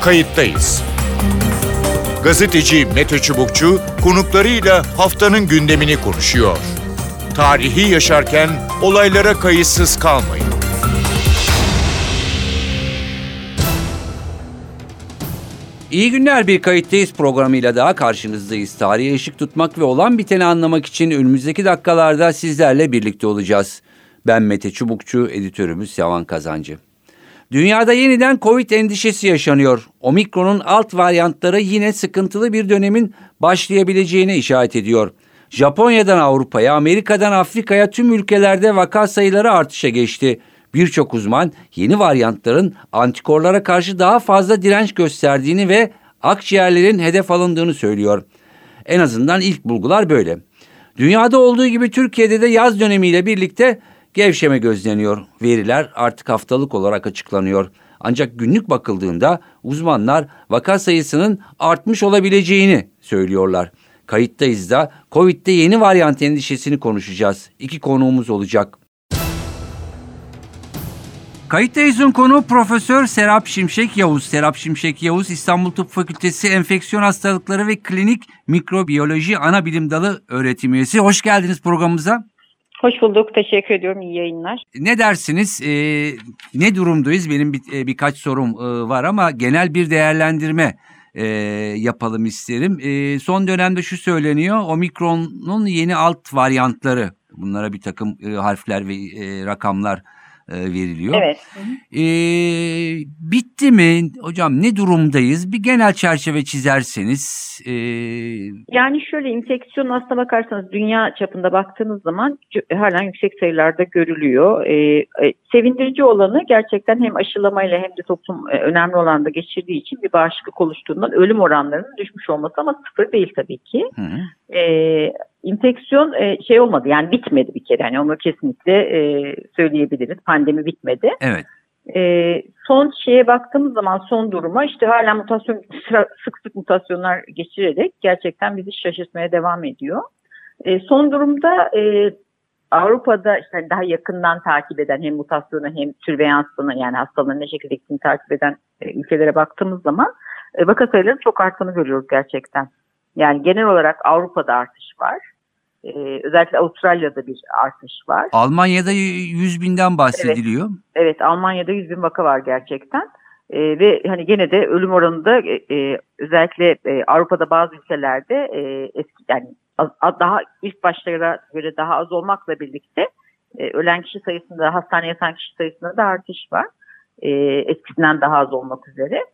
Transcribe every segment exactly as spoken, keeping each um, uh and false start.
Kayıttayız. Gazeteci Mete Çubukçu konuklarıyla haftanın gündemini konuşuyor. Tarihi yaşarken olaylara kayıtsız kalmayın. İyi günler, bir Kayıttayız programıyla daha karşınızdayız. Tarihe ışık tutmak ve olan biteni anlamak için önümüzdeki dakikalarda sizlerle birlikte olacağız. Ben Mete Çubukçu, editörümüz Yaman Kazancı. Dünyada yeniden Covid endişesi yaşanıyor. Omikron'un alt varyantları yine sıkıntılı bir dönemin başlayabileceğine işaret ediyor. Japonya'dan Avrupa'ya, Amerika'dan Afrika'ya tüm ülkelerde vaka sayıları artışa geçti. Birçok uzman yeni varyantların antikorlara karşı daha fazla direnç gösterdiğini ve akciğerlerin hedef alındığını söylüyor. En azından ilk bulgular böyle. Dünyada olduğu gibi Türkiye'de de yaz dönemiyle birlikte gevşeme gözleniyor. Veriler artık haftalık olarak açıklanıyor. Ancak günlük bakıldığında uzmanlar vaka sayısının artmış olabileceğini söylüyorlar. Kayıttayız da Covid'de yeni varyant endişesini konuşacağız. İki konuğumuz olacak. Kayıttayız'ın konuğu Profesör Serap Şimşek Yavuz. Serap Şimşek Yavuz, İstanbul Tıp Fakültesi Enfeksiyon Hastalıkları ve Klinik Mikrobiyoloji Anabilim Dalı öğretim üyesi. Hoş geldiniz programımıza. Hoş bulduk. Teşekkür ediyorum. İyi yayınlar. Ne dersiniz? Ee, ne durumdayız? Benim bir, e, birkaç sorum e, var ama genel bir değerlendirme e, yapalım isterim. E, son dönemde şu söyleniyor. Omikron'un yeni alt varyantları. Bunlara bir takım e, harfler ve e, rakamlar e, veriliyor. Evet. E, bitti mi? Hocam ne durumdayız? Bir genel çerçeve çizerseniz. E... Yani şöyle, enfeksiyon aslına bakarsanız dünya çapında baktığınız zaman halen yüksek sayılarda görülüyor. E, e, sevindirici olanı gerçekten hem aşılamayla hem de toplum e, önemli olan da geçirdiği için bir bağışıklık oluştuğundan ölüm oranlarının düşmüş olması, ama sıfır değil tabii ki. Hı hı. E, enfeksiyon e, şey olmadı, yani bitmedi bir kere. Yani onu kesinlikle e, söyleyebiliriz. Pandemi bitmedi. Evet. E, son şeye baktığımız zaman, son duruma, işte hala mutasyon, sık sık mutasyonlar geçirerek gerçekten bizi şaşırtmaya devam ediyor. E, son durumda e, Avrupa'da işte daha yakından takip eden, hem mutasyonu hem sürveyansını, yani hastalığın ne şekilde gittiğini takip eden e, ülkelere baktığımız zaman e, vaka sayılarının çok arttığını görüyoruz gerçekten. Yani genel olarak Avrupa'da artış var. Ee, özellikle Avustralya'da bir artış var. Almanya'da yüz binden bahsediliyor. Evet, evet, Almanya'da yüz bin vaka var gerçekten. Ee, ve hani gene de ölüm oranında e, e, özellikle e, Avrupa'da bazı ülkelerde e, eski, yani az, az, daha ilk başlara göre daha az olmakla birlikte e, ölen kişi sayısında, hastaneye yatan kişi sayısında da artış var. E, eskisinden daha az olmak üzere.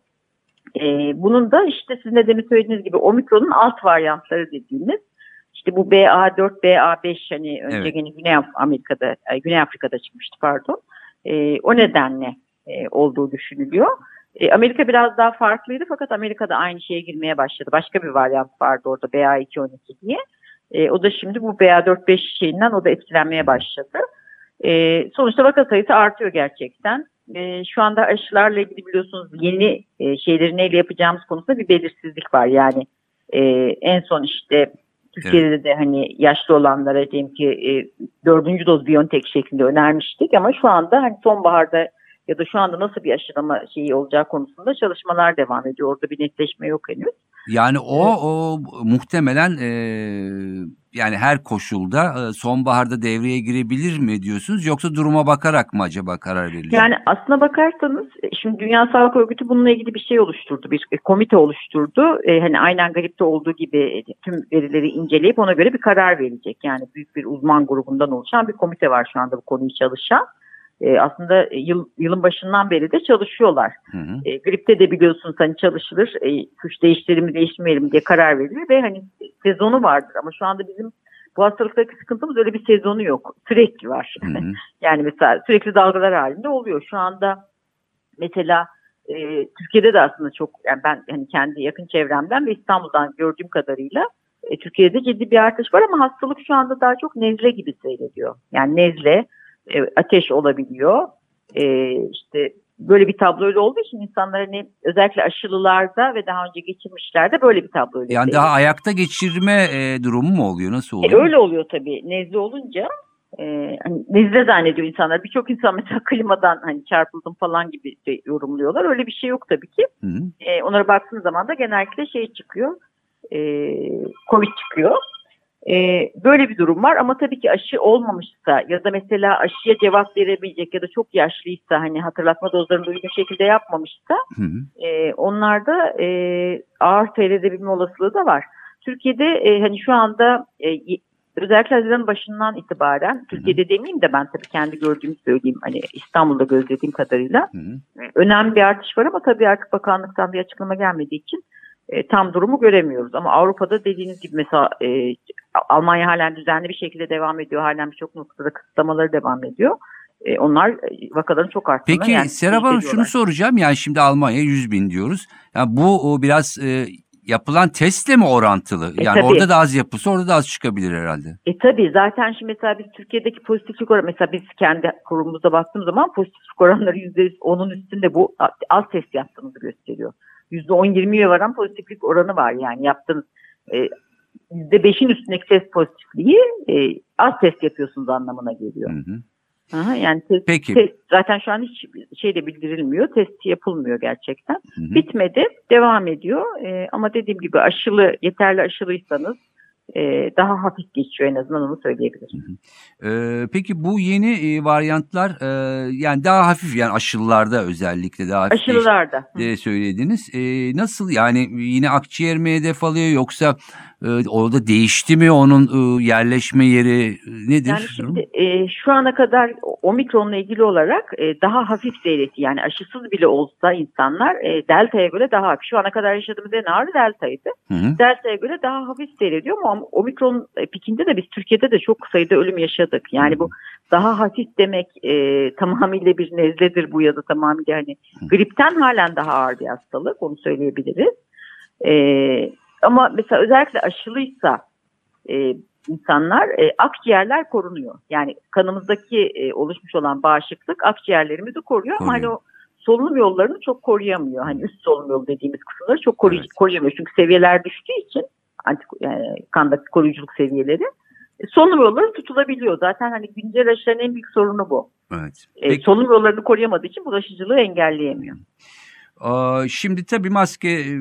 E, bunun da işte sizin de demin söylediğiniz gibi Omikron'un alt varyantları dediğimiz, İşte bu B A dört, B A beş, hani önce evet. yine Güney Amerika'da, Güney Afrika'da çıkmıştı pardon. E, o nedenle e, olduğu düşünülüyor. E, Amerika biraz daha farklıydı, fakat Amerika'da aynı şeye girmeye başladı. Başka bir varyant vardı orada, B A iki on iki diye. E, o da şimdi bu B A dört beş şeyinden o da etkilenmeye başladı. E, sonuçta vaka sayısı artıyor gerçekten. E, şu anda aşılarla ilgili biliyorsunuz yeni e, şeyleri neyle yapacağımız konusunda bir belirsizlik var. Yani e, en son işte Türkiye'de evet. de hani yaşlı olanlara diyelim ki e, dördüncü doz BioNTech şeklinde önermiştik, ama şu anda hani sonbaharda ya da şu anda nasıl bir aşılama şeyi olacağı konusunda çalışmalar devam ediyor. Orada bir netleşme yok henüz. Yani o, o muhtemelen e, yani her koşulda e, sonbaharda devreye girebilir mi diyorsunuz, yoksa duruma bakarak mı acaba karar verilecek? Yani aslına bakarsanız şimdi Dünya Sağlık Örgütü bununla ilgili bir şey oluşturdu, bir komite oluşturdu. E, hani aynen gripte olduğu gibi tüm verileri inceleyip ona göre bir karar verecek. Yani büyük bir uzman grubundan oluşan bir komite var şu anda bu konuyu çalışan. E, aslında yıl, yılın başından beri de çalışıyorlar. Hı hı. E, gripte de biliyorsunuz hani çalışılır, e, kuş değiştirelim mi değiştirmeyelim mi diye karar verilir ve hani sezonu vardır. Ama şu anda bizim bu hastalıktaki sıkıntımız öyle bir sezonu yok. Sürekli var. Hı hı. Yani mesela sürekli dalgalar halinde oluyor. Şu anda mesela e, Türkiye'de de aslında çok, yani ben hani kendi yakın çevremden ve İstanbul'dan gördüğüm kadarıyla e, Türkiye'de ciddi bir artış var, ama hastalık şu anda daha çok nezle gibi seyrediyor. Yani nezle, ateş olabiliyor. Ee, işte böyle bir tabloyla olduğu için insanlar hani özellikle aşılılarda ve daha önce geçirmişlerde böyle bir tabloyla. Yani daha ayakta geçirme e, durumu mu oluyor? Nasıl oluyor? E, öyle oluyor tabii. Nezle olunca e, hani nezle zannediyor insanlar. Birçok insan mesela klimadan hani çarpıldım falan gibi şey yorumluyorlar. Öyle bir şey yok tabii ki. Hı hı. E, onlara baktığınız zaman da genellikle şey çıkıyor. E, Covid çıkıyor. Ee, böyle bir durum var ama tabii ki aşı olmamışsa ya da mesela aşıya cevap verebilecek ya da çok yaşlıysa hani hatırlatma dozlarını uygun şekilde yapmamışsa Hı hı. e, onlarda e, ağır seyredebilme olasılığı da var. Türkiye'de e, hani şu anda e, özellikle Haziran başından itibaren Türkiye'de demeyeyim de ben tabii kendi gördüğümü söyleyeyim hani İstanbul'da gözlediğim kadarıyla Hı hı. önemli bir artış var ama tabii artık bakanlıktan bir açıklama gelmediği için E, tam durumu göremiyoruz. Ama Avrupa'da dediğiniz gibi mesela e, Almanya halen düzenli bir şekilde devam ediyor. Halen birçok noktada kısıtlamaları devam ediyor. E, onlar e, vakaların çok arttığını Peki yani Serap Hanım şunu soracağım. Yani şimdi Almanya yüz bin diyoruz. Yani bu o biraz e, yapılan testle mi orantılı? E, Yani tabii. orada da az yapılsa orada da az çıkabilir herhalde. E tabii zaten şimdi mesela biz Türkiye'deki pozitiflik oranı mesela biz kendi kurumumuzda baktığımız zaman pozitiflik oranları yüzde onun üstünde bu az test yaptığımızı gösteriyor. yüzde on yirmiye varan pozitiflik oranı var yani yaptığınız e, yüzde beşin üstündeki test pozitifliği e, az test yapıyorsunuz anlamına geliyor. Hı hı. Aha, yani test, Peki. test zaten şu an hiç şey de bildirilmiyor. Test yapılmıyor gerçekten. Hı hı. Bitmedi. Devam ediyor. E, ama dediğim gibi aşılı, yeterli aşılıysanız e, daha hafif geçiyor en azından onu söyleyebilirim. Ee, peki bu yeni e, varyantlar e, yani daha hafif yani aşılılarda özellikle daha hafif Aşılılarda. de söylediniz. E, nasıl yani yine akciğer mi hedef alıyor yoksa e, orada değişti mi onun e, yerleşme yeri e, nedir? Yani şimdi e, şu ana kadar omikronla ilgili olarak e, daha hafif seyreti yani aşısız bile olsa insanlar e, delta'ya göre daha hafif. Şu ana kadar yaşadığımız en ağır delta'ydı. Hı hı. Delta'ya göre daha hafif seyrediyor ama omikron pikinde de biz Türkiye'de de çok sayıda ölüm yaşadık. Yani bu daha hafif demek e, tamamıyla bir nezledir bu ya da tamamıyla hani gripten halen daha ağır bir hastalık onu söyleyebiliriz. E, ama mesela özellikle aşılıysa e, insanlar e, akciğerler korunuyor. Yani kanımızdaki e, oluşmuş olan bağışıklık akciğerlerimizi koruyor, Koruyor. ama hani o solunum yollarını çok koruyamıyor. Hani üst solunum yolu dediğimiz kısımları çok koruy- Evet. koruyamıyor. Çünkü seviyeler düştüğü için antik yani kandaki koruyuculuk seviyeleri e, solunum yolları tutulabiliyor. Zaten hani güncel aşıların en büyük sorunu bu. Evet. E, Peki, solunum yollarını koruyamadığı için bulaşıcılığı engelleyemiyor. aa, şimdi tabii maske e,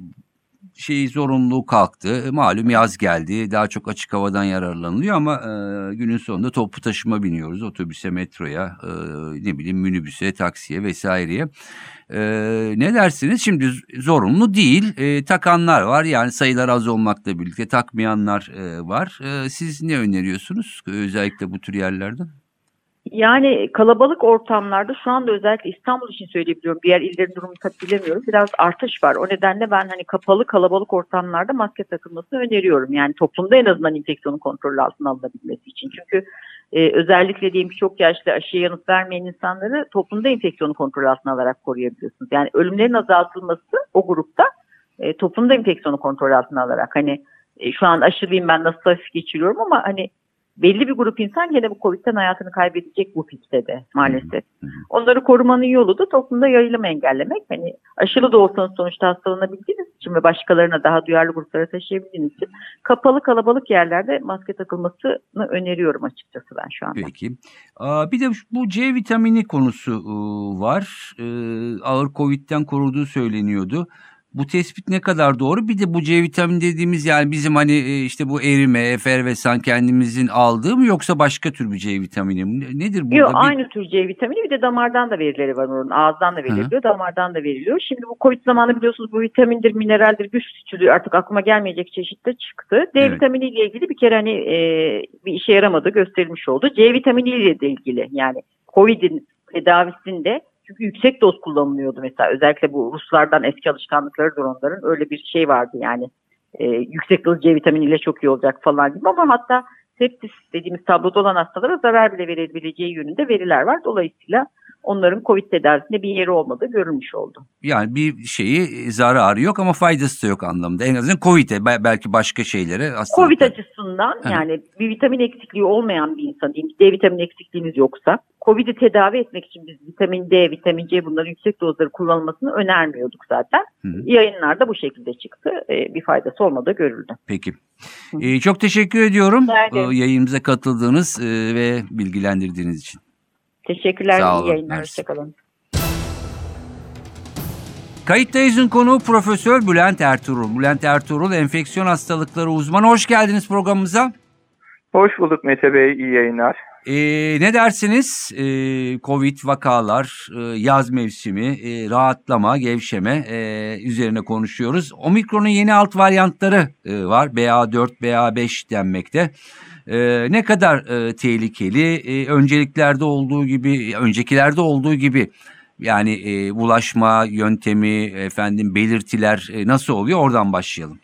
şey zorunluluğu kalktı. Malum yaz geldi. Daha çok açık havadan yararlanılıyor ama e, günün sonunda toplu taşıma biniyoruz. Otobüse, metroya, e, ne bileyim minibüse, taksiye vesaireye. E, ne dersiniz? Şimdi zorunlu değil. E, takanlar var. Yani sayılar az olmakla birlikte takmayanlar e, var. E, siz ne öneriyorsunuz? Özellikle bu tür yerlerde. Yani kalabalık ortamlarda şu anda özellikle İstanbul için söyleyebiliyorum. Diğer illerin durumunu tabii bilemiyorum. Biraz artış var. O nedenle ben hani kapalı kalabalık ortamlarda maske takılmasını öneriyorum. Yani toplumda en azından enfeksiyonun kontrolü altına alınabilmesi için. Çünkü e, özellikle diyelim ki çok yaşlı aşıya yanıt vermeyen insanları toplumda enfeksiyonu kontrol altına alarak koruyabiliyorsunuz. Yani ölümlerin azaltılması o grupta e, toplumda enfeksiyonu kontrol altına alarak hani e, şu an aşılıyım ben nasıl hafif geçiriyorum ama hani belli bir grup insan gene bu Covid'den hayatını kaybedecek bu pikte de maalesef. Hı hı. Onları korumanın yolu da toplumda yayılımı engellemek. Hani aşılı da olsanız sonuçta hastalanabildiğiniz için ve başkalarına daha duyarlı gruplara taşıyabildiğiniz için kapalı kalabalık yerlerde maske takılmasını öneriyorum açıkçası ben şu anda. Peki. Aa, bir de bu C vitamini konusu e, var. E, ağır Covid'den koruduğu söyleniyordu. Bu tespit ne kadar doğru? Bir de bu C vitamini dediğimiz yani bizim hani e, işte bu erime, efervesan kendimizin aldığı mı yoksa başka tür bir C vitamini mi? Ne- Nedir burada? Yok bir... aynı tür C vitamini bir de damardan da verileri var onun. Ağızdan da Hı. veriliyor, damardan da veriliyor. Şimdi bu Covid zamanı biliyorsunuz bu vitamindir, mineraldir, güç sütüdür artık aklıma gelmeyecek çeşitte çıktı. D Evet. vitamini ile ilgili bir kere hani e, bir işe yaramadığı gösterilmiş oldu. C vitamini ile de ilgili yani Covid'in tedavisinde çünkü yüksek doz kullanılıyordu mesela özellikle bu Ruslardan eski alışkanlıklarıdır onların öyle bir şey vardı yani e, yüksek doz C vitaminiyle çok iyi olacak falan gibi ama hatta septis dediğimiz tabloda olan hastalara zarar bile verebileceği yönünde veriler var. Dolayısıyla onların Covid tedavisinde bir yeri olmadığı görülmüş oldu. Yani bir şeyi e, zararı yok ama faydası da yok anlamda. En azından Covid'e be- belki başka şeylere Covid hastalıklar. açısından Hı. yani bir vitamin eksikliği olmayan bir insan diyeyim D vitamini eksikliğiniz yoksa Covid'i tedavi etmek için biz vitamin D, vitamin C bunların yüksek dozları kullanılmasını önermiyorduk zaten. Hı hı. Yayınlarda bu şekilde çıktı. E, bir faydası olmadığı görüldü. Peki. Ee, çok teşekkür ediyorum Rica ederim. e, yayınımıza katıldığınız e, ve bilgilendirdiğiniz için. Teşekkürler. Sağ İyi olun, yayınlar. mersi. Hoşçakalın. Kayıttayız'ın konuğu Profesör Bülent Ertuğrul. Bülent Ertuğrul, enfeksiyon hastalıkları uzmanı. Hoş geldiniz programımıza. Hoş bulduk Mete Bey, iyi yayınlar. Ee, ne dersiniz? Ee, Covid vakalar, e, yaz mevsimi, e, rahatlama, gevşeme e, üzerine konuşuyoruz. Omikron'un yeni alt varyantları e, var. B A dört, B A beş denmekte. E, ne kadar e, tehlikeli? E, önceliklerde olduğu gibi, öncekilerde olduğu gibi yani e, bulaşma yöntemi, efendim belirtiler e, nasıl oluyor? Oradan başlayalım.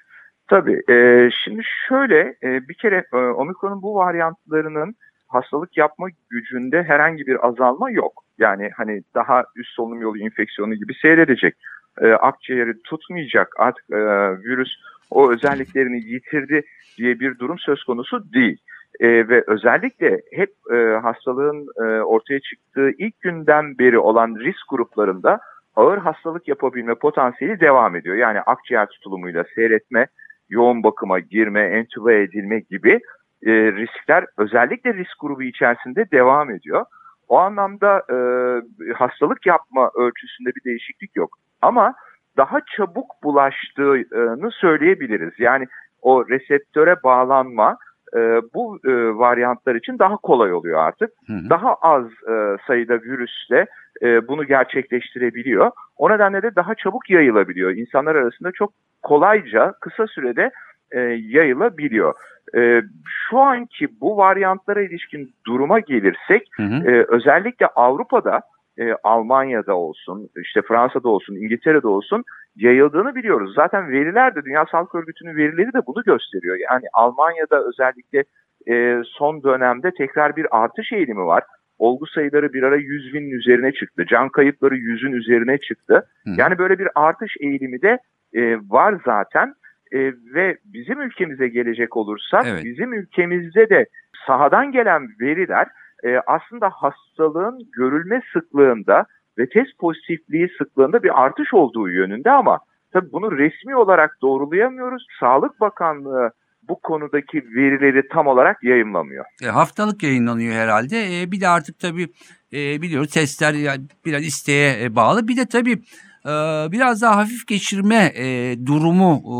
Tabii, e, şimdi şöyle e, bir kere e, Omikron'un bu varyantlarının hastalık yapma gücünde herhangi bir azalma yok. Yani hani daha üst solunum yolu enfeksiyonu gibi seyredecek. E, akciğeri tutmayacak, artık e, virüs o özelliklerini yitirdi diye bir durum söz konusu değil. E, ve özellikle hep e, hastalığın e, ortaya çıktığı ilk günden beri olan risk gruplarında ağır hastalık yapabilme potansiyeli devam ediyor. Yani akciğer tutulumuyla seyretme, yoğun bakıma girme, entübe edilme gibi e, riskler özellikle risk grubu içerisinde devam ediyor. O anlamda e, hastalık yapma ölçüsünde bir değişiklik yok. Ama daha çabuk bulaştığını söyleyebiliriz. Yani o reseptöre bağlanma e, bu e, varyantlar için daha kolay oluyor artık. Hı hı. Daha az e, sayıda virüsle e, bunu gerçekleştirebiliyor. O nedenle de daha çabuk yayılabiliyor. İnsanlar arasında çok kolayca kısa sürede e, yayılabiliyor. E, şu anki bu varyantlara ilişkin duruma gelirsek hı hı. E, özellikle Avrupa'da e, Almanya'da olsun, işte Fransa'da olsun, İngiltere'de olsun yayıldığını biliyoruz. Zaten veriler de Dünya Sağlık Örgütü'nün verileri de bunu gösteriyor. Yani Almanya'da özellikle e, son dönemde tekrar bir artış eğilimi var. Olgu sayıları bir ara yüz binin üzerine çıktı. Can kayıpları yüzün üzerine çıktı. Hı. Yani böyle bir artış eğilimi de e, var zaten. E, ve bizim ülkemize gelecek olursak, evet. bizim ülkemizde de sahadan gelen veriler e, aslında hastalığın görülme sıklığında ve test pozitifliği sıklığında bir artış olduğu yönünde, ama tabii bunu resmi olarak doğrulayamıyoruz. Sağlık Bakanlığı bu konudaki verileri tam olarak yayımlamıyor. E, haftalık yayınlanıyor herhalde. E, bir de artık tabii e, biliyoruz testler yani biraz isteğe e, bağlı. Bir de tabii e, biraz daha hafif geçirme e, durumu e,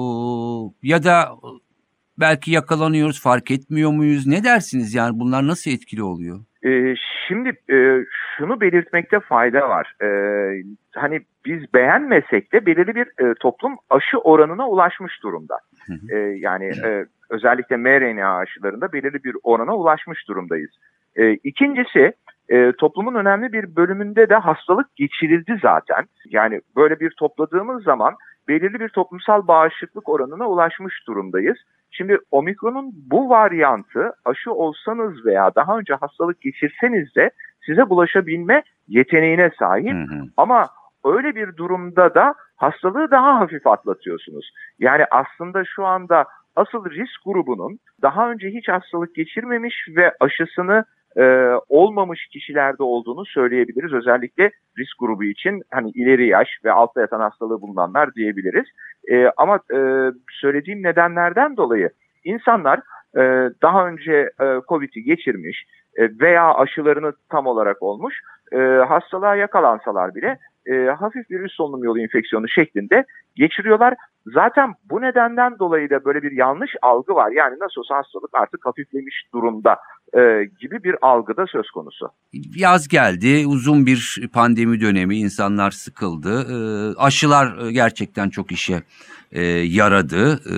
ya da belki yakalanıyoruz, fark etmiyor muyuz? Ne dersiniz yani bunlar nasıl etkili oluyor? Ee, şimdi e, şunu belirtmekte fayda var. Ee, hani biz beğenmesek de belirli bir e, toplum aşı oranına ulaşmış durumda. Hı hı. Ee, yani e, özellikle M R N A aşılarında belirli bir orana ulaşmış durumdayız. Ee, ikincisi e, toplumun önemli bir bölümünde de hastalık geçirildi zaten. Yani böyle bir topladığımız zaman belirli bir toplumsal bağışıklık oranına ulaşmış durumdayız. Şimdi Omikron'un bu varyantı aşı olsanız veya daha önce hastalık geçirseniz de size bulaşabilme yeteneğine sahip. Hı hı. Ama öyle bir durumda da hastalığı daha hafif atlatıyorsunuz. Yani aslında şu anda asıl risk grubunun daha önce hiç hastalık geçirmemiş ve aşısını e, olmamış kişilerde olduğunu söyleyebiliriz. Özellikle risk grubu için hani ileri yaş ve altta yatan hastalığı bulunanlar diyebiliriz. E, ama e, söylediğim nedenlerden dolayı insanlar e, daha önce e, Covid'i geçirmiş e, veya aşılarını tam olarak olmuş, e, hastalığa yakalansalar bile e, hafif bir üst solunum yolu enfeksiyonu şeklinde geçiriyorlar. Zaten bu nedenden dolayı da böyle bir yanlış algı var. Yani nasıl olsa hastalık artık hafiflemiş durumda e, gibi bir algı da söz konusu. Yaz geldi, uzun bir pandemi dönemi, insanlar sıkıldı. E, aşılar gerçekten çok işe e, yaradı e,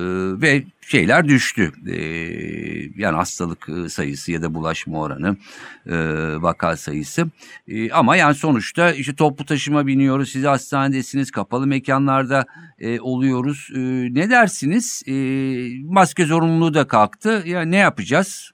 ve şeyler düştü. E, yani hastalık sayısı ya da bulaşma oranı, e, vaka sayısı. E, ama yani sonuçta işte toplu taşıma biniyoruz, siz hastanedesiniz, kapalı mekanlarda e, oluyoruz. E, ne dersiniz? E, maske zorunluluğu da kalktı. Ya ne yapacağız?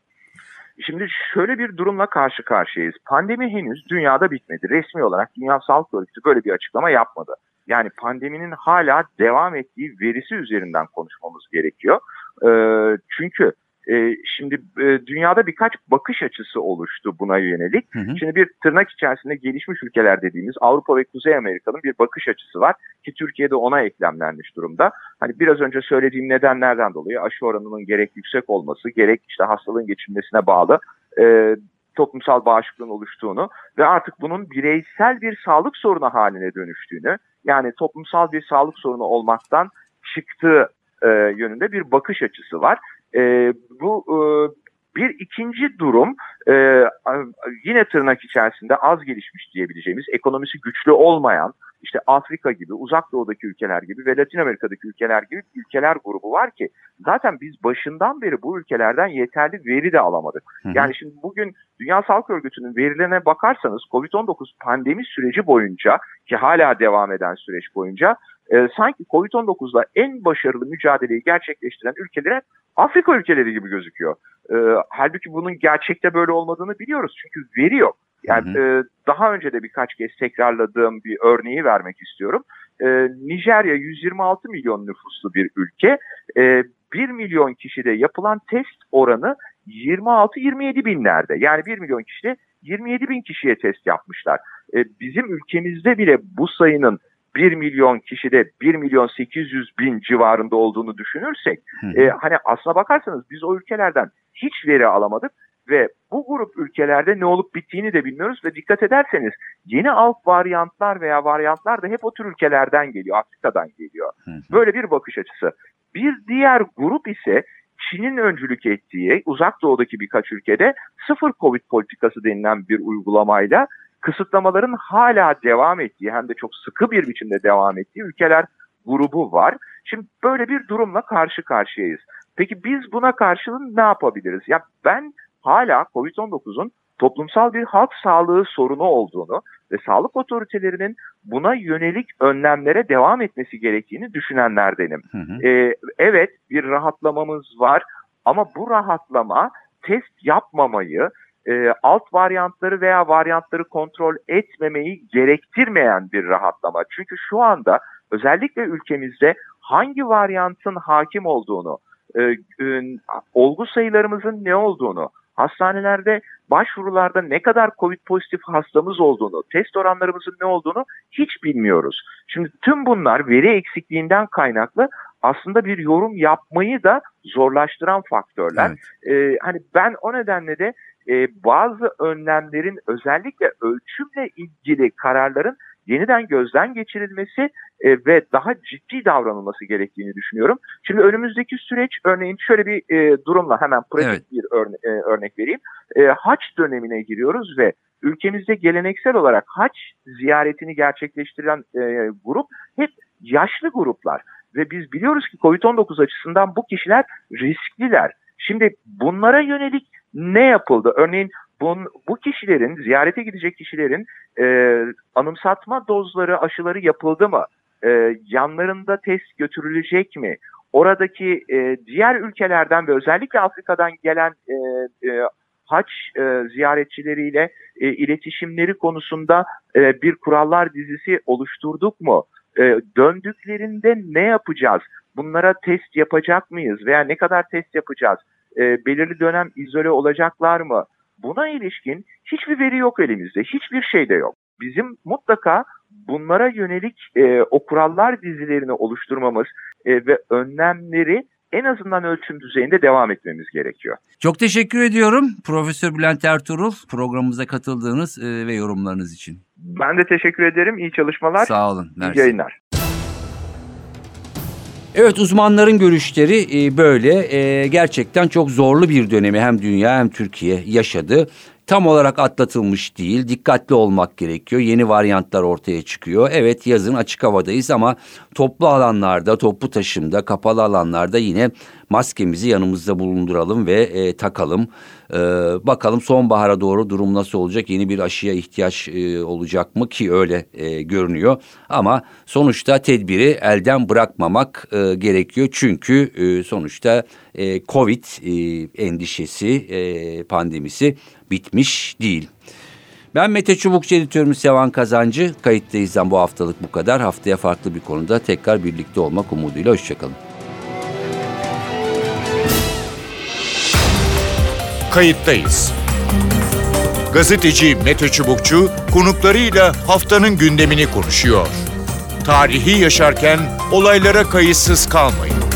Şimdi şöyle bir durumla karşı karşıyayız. Pandemi henüz dünyada bitmedi. Resmi olarak Dünya Sağlık Örgütü böyle bir açıklama yapmadı. Yani pandeminin hala devam ettiği verisi üzerinden konuşmamız gerekiyor. Ee, çünkü E, şimdi e, dünyada birkaç bakış açısı oluştu buna yönelik. Hı hı. Şimdi bir tırnak içerisinde gelişmiş ülkeler dediğimiz Avrupa ve Kuzey Amerika'nın bir bakış açısı var ki Türkiye'de ona eklemlenmiş durumda. Hani biraz önce söylediğim nedenlerden dolayı aşı oranının gerek yüksek olması, gerek işte hastalığın geçirmesine bağlı e, toplumsal bağışıklığın oluştuğunu ve artık bunun bireysel bir sağlık sorunu haline dönüştüğünü, yani toplumsal bir sağlık sorunu olmaktan çıktığı e, yönünde bir bakış açısı var. E, bu e, bir ikinci durum e, yine tırnak içerisinde az gelişmiş diyebileceğimiz, ekonomisi güçlü olmayan, işte Afrika gibi, Uzak Doğu'daki ülkeler gibi ve Latin Amerika'daki ülkeler gibi ülkeler grubu var ki zaten biz başından beri bu ülkelerden yeterli veri de alamadık. Hı hı. Yani şimdi bugün Dünya Sağlık Örgütü'nün verilerine bakarsanız kovid on dokuz pandemi süreci boyunca ki hala devam eden süreç boyunca e, sanki kovid on dokuzla en başarılı mücadeleyi gerçekleştiren ülkeler Afrika ülkeleri gibi gözüküyor. E, halbuki bunun gerçekte böyle olmadığını biliyoruz çünkü veri yok. Yani hı hı. E, daha önce de birkaç kez tekrarladığım bir örneği vermek istiyorum. E, Nijerya yüz yirmi altı milyon nüfuslu bir ülke. E, bir milyon kişide yapılan test oranı yirmi altı yirmi yedi binlerde. Yani bir milyon kişide yirmi yedi bin kişiye test yapmışlar. E, bizim ülkemizde bile bu sayının bir milyon kişide bir milyon sekiz yüz bin civarında olduğunu düşünürsek, hı hı. E, hani aslına bakarsanız biz o ülkelerden hiç veri alamadık. Ve bu grup ülkelerde ne olup bittiğini de bilmiyoruz ve dikkat ederseniz yeni alt varyantlar veya varyantlar da hep o tür ülkelerden geliyor, Afrika'dan geliyor. Böyle bir bakış açısı. Bir diğer grup ise Çin'in öncülük ettiği Uzak Doğu'daki birkaç ülkede sıfır Covid politikası denilen bir uygulamayla kısıtlamaların hala devam ettiği hem de çok sıkı bir biçimde devam ettiği ülkeler grubu var. Şimdi böyle bir durumla karşı karşıyayız. Peki biz buna karşılık ne yapabiliriz? Ya ben hala kovid on dokuzun toplumsal bir halk sağlığı sorunu olduğunu ve sağlık otoritelerinin buna yönelik önlemlere devam etmesi gerektiğini düşünenlerdenim. Hı hı. Ee, evet bir rahatlamamız var ama bu rahatlama test yapmamayı, e, alt varyantları veya varyantları kontrol etmemeyi gerektirmeyen bir rahatlama. Çünkü şu anda özellikle ülkemizde hangi varyantın hakim olduğunu, e, e, olgu sayılarımızın ne olduğunu, hastanelerde, başvurularda ne kadar Covid pozitif hastamız olduğunu, test oranlarımızın ne olduğunu hiç bilmiyoruz. Şimdi tüm bunlar veri eksikliğinden kaynaklı aslında bir yorum yapmayı da zorlaştıran faktörler. Evet. Ee, hani ben o nedenle de e, bazı önlemlerin özellikle ölçümle ilgili kararların yeniden gözden geçirilmesi e, ve daha ciddi davranılması gerektiğini düşünüyorum. Şimdi önümüzdeki süreç örneğin şöyle bir e, durumla hemen pratik evet. bir örne e, örnek vereyim. E, haç dönemine giriyoruz ve ülkemizde geleneksel olarak haç ziyaretini gerçekleştiren e, grup hep yaşlı gruplar. Ve biz biliyoruz ki kovid on dokuz açısından bu kişiler riskliler. Şimdi bunlara yönelik ne yapıldı? Örneğin bun, bu kişilerin, ziyarete gidecek kişilerin e, anımsatma dozları, aşıları yapıldı mı? E, yanlarında test götürülecek mi? Oradaki e, diğer ülkelerden ve özellikle Afrika'dan gelen e, e, haç e, ziyaretçileriyle e, iletişimleri konusunda e, bir kurallar dizisi oluşturduk mu? E, döndüklerinde ne yapacağız? Bunlara test yapacak mıyız? Veya ne kadar test yapacağız? E, belirli dönem izole olacaklar mı? Buna ilişkin hiçbir veri yok elimizde. Hiçbir şey de yok. Bizim mutlaka bunlara yönelik e, o kurallar dizilerini oluşturmamız e, ve önlemleri en azından ölçüm düzeyinde devam etmemiz gerekiyor. Çok teşekkür ediyorum Profesör Bülent Ertuğrul programımıza katıldığınız e, ve yorumlarınız için. Ben de teşekkür ederim. İyi çalışmalar. Sağ olun. İyi yayınlar. Evet, uzmanların görüşleri böyle. Gerçekten çok zorlu bir dönemi hem dünya hem Türkiye yaşadı. Tam olarak atlatılmış değil. Dikkatli olmak gerekiyor. Yeni varyantlar ortaya çıkıyor. Evet, yazın açık havadayız ama toplu alanlarda, toplu taşımda, kapalı alanlarda yine maskemizi yanımızda bulunduralım ve e, takalım. E, bakalım sonbahara doğru durum nasıl olacak? Yeni bir aşıya ihtiyaç e, olacak mı ki öyle e, görünüyor. Ama sonuçta tedbiri elden bırakmamak e, gerekiyor. Çünkü e, sonuçta e, Covid e, endişesi, e, pandemisi bitmiş değil. Ben Mete Çubukçu, editörümüz Sevan Kazancı. Kayıttayız'dan bu haftalık bu kadar. Haftaya farklı bir konuda tekrar birlikte olmak umuduyla. Hoşçakalın. Kayıttayız. Gazeteci Mete Çubukçu konuklarıyla haftanın gündemini konuşuyor. Tarihi yaşarken olaylara kayıtsız kalmayın.